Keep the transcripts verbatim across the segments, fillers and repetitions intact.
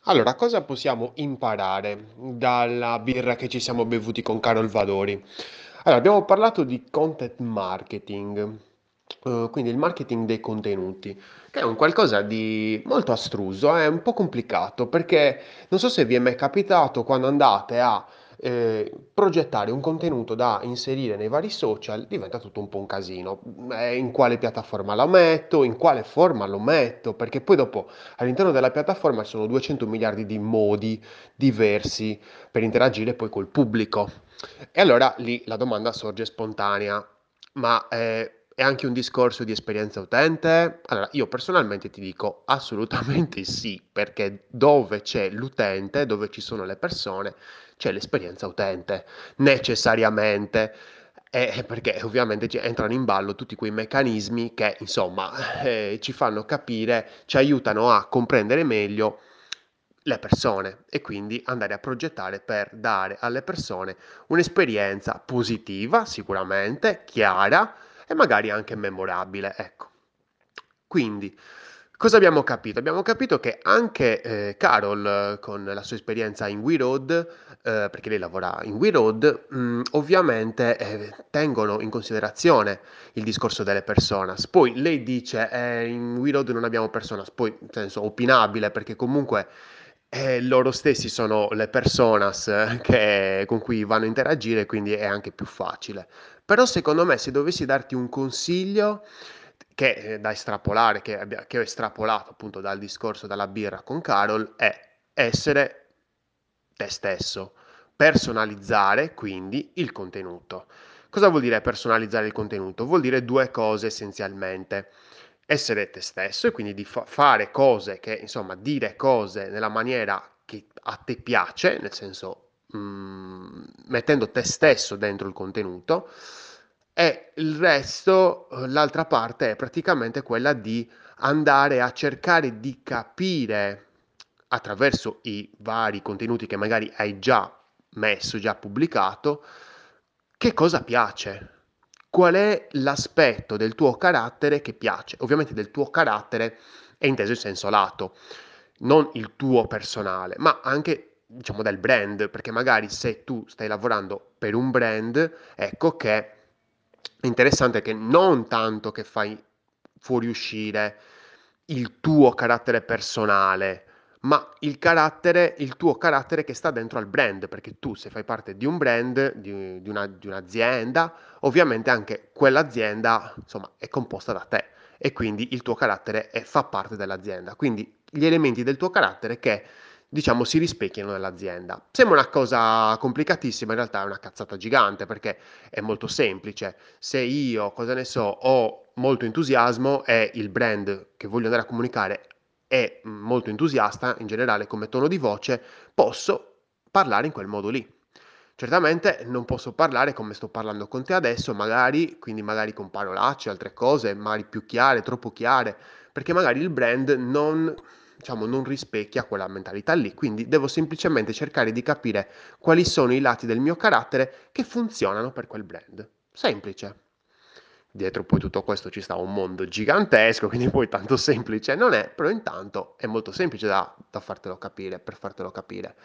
Allora, cosa possiamo imparare dalla birra che ci siamo bevuti con Carol Vadori? Allora, abbiamo parlato di content marketing, eh, quindi il marketing dei contenuti, che è un qualcosa di molto astruso, è un po' complicato, perché non so se vi è mai capitato quando andate a eh, progettare un contenuto da inserire nei vari social, diventa tutto un po' un casino. Eh, in quale piattaforma lo metto, in quale forma lo metto, perché poi dopo all'interno della piattaforma ci sono duecento miliardi di modi diversi per interagire poi col pubblico. E allora lì la domanda sorge spontanea, ma eh, è anche un discorso di esperienza utente? Allora, io personalmente ti dico assolutamente sì, perché dove c'è l'utente, dove ci sono le persone, c'è l'esperienza utente, necessariamente. Eh, perché ovviamente ci entrano in ballo tutti quei meccanismi che, insomma, eh, ci fanno capire, ci aiutano a comprendere meglio le persone e quindi andare a progettare per dare alle persone un'esperienza positiva, sicuramente, chiara e magari anche memorabile, ecco. Quindi, cosa abbiamo capito? Abbiamo capito che anche eh, Carol, eh, con la sua esperienza in We Road, eh, perché lei lavora in We Road, mh, ovviamente eh, tengono in considerazione il discorso delle personas. Poi lei dice, eh, in We Road non abbiamo personas, poi nel senso opinabile, perché comunque eh, loro stessi sono le personas eh, che- con cui vanno a interagire, quindi è anche più facile. Però secondo me se dovessi darti un consiglio che eh, da estrapolare, che, abbia- che ho estrapolato appunto dal discorso dalla birra con Carol, è essere te stesso, personalizzare quindi il contenuto. Cosa vuol dire personalizzare il contenuto? Vuol dire due cose essenzialmente. Essere te stesso e quindi di fa- fare cose che, insomma, dire cose nella maniera che a te piace, nel senso, mm, mettendo te stesso dentro il contenuto, e il resto, eh, l'altra parte è praticamente quella di andare a cercare di capire attraverso i vari contenuti che magari hai già messo, già pubblicato, che cosa piace. Qual è l'aspetto del tuo carattere che piace? Ovviamente del tuo carattere è inteso in senso lato, non il tuo personale, ma anche diciamo del brand, perché magari se tu stai lavorando per un brand, ecco che è interessante che non tanto che fai fuoriuscire il tuo carattere personale, ma il carattere, il tuo carattere che sta dentro al brand, perché tu se fai parte di un brand, di, di una- di un'azienda, ovviamente anche quell'azienda, insomma, è composta da te e quindi il tuo carattere è- fa parte dell'azienda. Quindi gli elementi del tuo carattere che, diciamo, si rispecchiano nell'azienda. Sembra una cosa complicatissima, in realtà è una cazzata gigante perché è molto semplice. Se io, cosa ne so, ho molto entusiasmo e il brand che voglio andare a comunicare è mm, molto entusiasta in generale come tono di voce, posso parlare in quel modo lì. Certamente non posso parlare come sto parlando con te adesso, magari, quindi magari con parolacce, altre cose, magari più chiare, troppo chiare, perché magari il brand non, diciamo, non rispecchia quella mentalità lì. Quindi devo semplicemente cercare di capire quali sono i lati del mio carattere che funzionano per quel brand. Semplice. Dietro poi tutto questo ci sta un mondo gigantesco, quindi poi tanto semplice non è, però intanto è molto semplice da, da fartelo capire, per fartelo capire.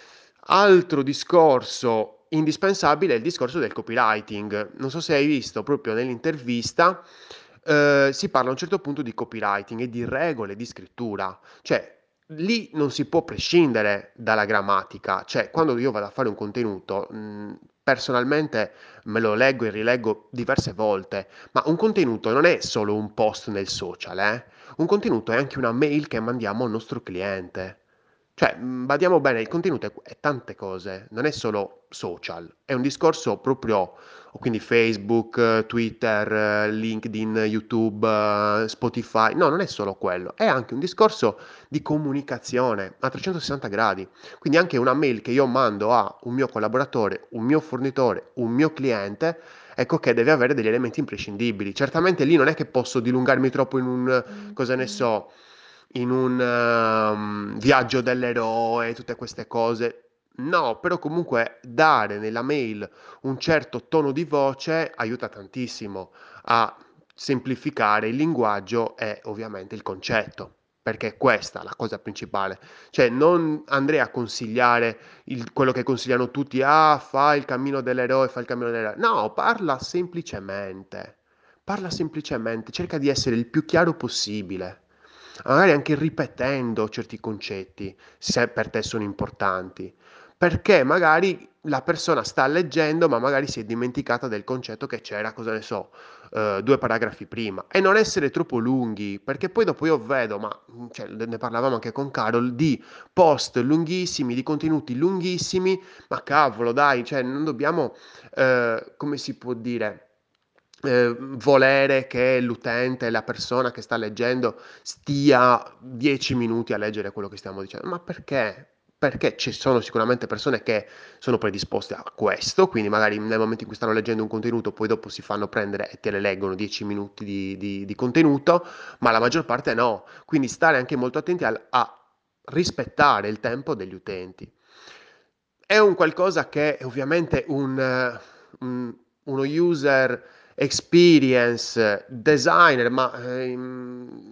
Altro discorso indispensabile è il discorso del copywriting. Non so se hai visto proprio nell'intervista, eh, si parla a un certo punto di copywriting e di regole di scrittura, cioè lì non si può prescindere dalla grammatica, cioè quando io vado a fare un contenuto, mh, personalmente me lo leggo e rileggo diverse volte, ma un contenuto non è solo un post nel social, eh? Un contenuto è anche una mail che mandiamo al nostro cliente. Cioè, mh, badiamo bene, il contenuto è, è tante cose, non è solo social, è un discorso proprio, quindi Facebook, eh, Twitter, eh, LinkedIn, YouTube, eh, Spotify, no, non è solo quello, è anche un discorso di comunicazione a trecentosessanta gradi. Quindi anche una mail che io mando a un mio collaboratore, un mio fornitore, un mio cliente, ecco che deve avere degli elementi imprescindibili. Certamente lì non è che posso dilungarmi troppo in un, cosa ne so, in un ehm, viaggio dell'eroe, tutte queste cose. No, però comunque dare nella mail un certo tono di voce aiuta tantissimo a semplificare il linguaggio e ovviamente il concetto. perché è questa la cosa principale. Cioè, non andrei a consigliare il- quello che consigliano tutti, ah, fa il cammino dell'eroe, fa il cammino dell'eroe. No, parla semplicemente. Parla semplicemente, cerca di essere il più chiaro possibile, magari anche ripetendo certi concetti, se per te sono importanti, perché magari la persona sta leggendo, ma magari si è dimenticata del concetto che c'era, cosa ne so, eh, due paragrafi prima. E non essere troppo lunghi, perché poi dopo io vedo, ma cioè, ne parlavamo anche con Carol, di post lunghissimi, di contenuti lunghissimi, ma cavolo, dai, cioè non dobbiamo, eh, come si può dire, eh, volere che l'utente, la persona che sta leggendo, stia dieci minuti a leggere quello che stiamo dicendo. Ma perché? Perché ci sono sicuramente persone che sono predisposte a questo, quindi magari nel momento in cui stanno leggendo un contenuto, poi dopo si fanno prendere e te le leggono dieci minuti di, di- di contenuto, ma la maggior parte no. Quindi stare anche molto attenti al- a rispettare il tempo degli utenti. È un qualcosa che è ovviamente un, eh, un- uno user experience designer, ma ehm,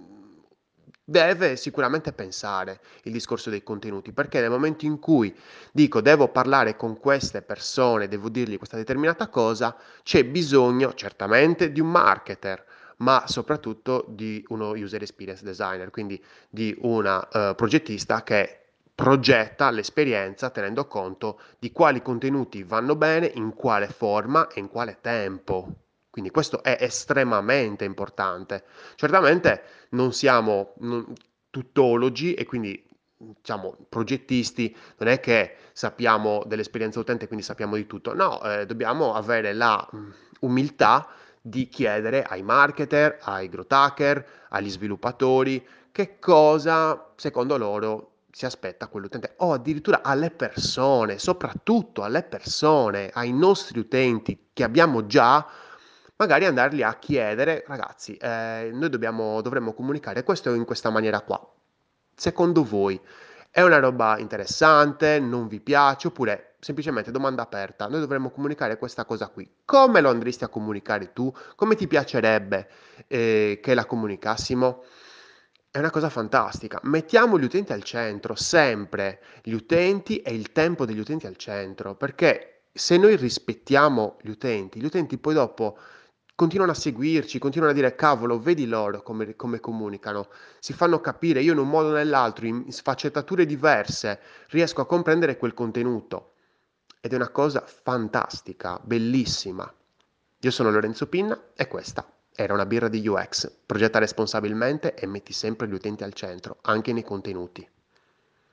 deve sicuramente pensare il discorso dei contenuti, perché nel momento in cui dico devo parlare con queste persone, devo dirgli questa determinata cosa, c'è bisogno certamente di un marketer, ma soprattutto di uno user experience designer, quindi di una eh, progettista che progetta l'esperienza tenendo conto di quali contenuti vanno bene, in quale forma e in quale tempo. Quindi questo è estremamente importante. Certamente non siamo non- tuttologi e quindi diciamo progettisti, non è che sappiamo dell'esperienza utente, quindi sappiamo di tutto. No, eh, dobbiamo avere la mh, umiltà di chiedere ai marketer, ai growth hacker, agli sviluppatori che cosa secondo loro si aspetta quell'utente o addirittura alle persone, soprattutto alle persone, ai nostri utenti che abbiamo già, magari andarli a chiedere, ragazzi, eh, noi dobbiamo, dovremmo comunicare questo in questa maniera qua. Secondo voi è una roba interessante? Non vi piace? Oppure semplicemente domanda aperta, noi dovremmo comunicare questa cosa qui. Come lo andresti a comunicare tu? Come ti piacerebbe eh, che la comunicassimo? È una cosa fantastica. Mettiamo gli utenti al centro, sempre gli utenti e il tempo degli utenti al centro, perché se noi rispettiamo gli utenti, gli utenti poi dopo continuano a seguirci, continuano a dire cavolo, vedi loro come, come comunicano, si fanno capire, io in un modo o nell'altro, in sfaccettature diverse, riesco a comprendere quel contenuto. Ed è una cosa fantastica, bellissima. Io sono Lorenzo Pinna e questa era una birra di U X. Progetta responsabilmente e metti sempre gli utenti al centro, anche nei contenuti.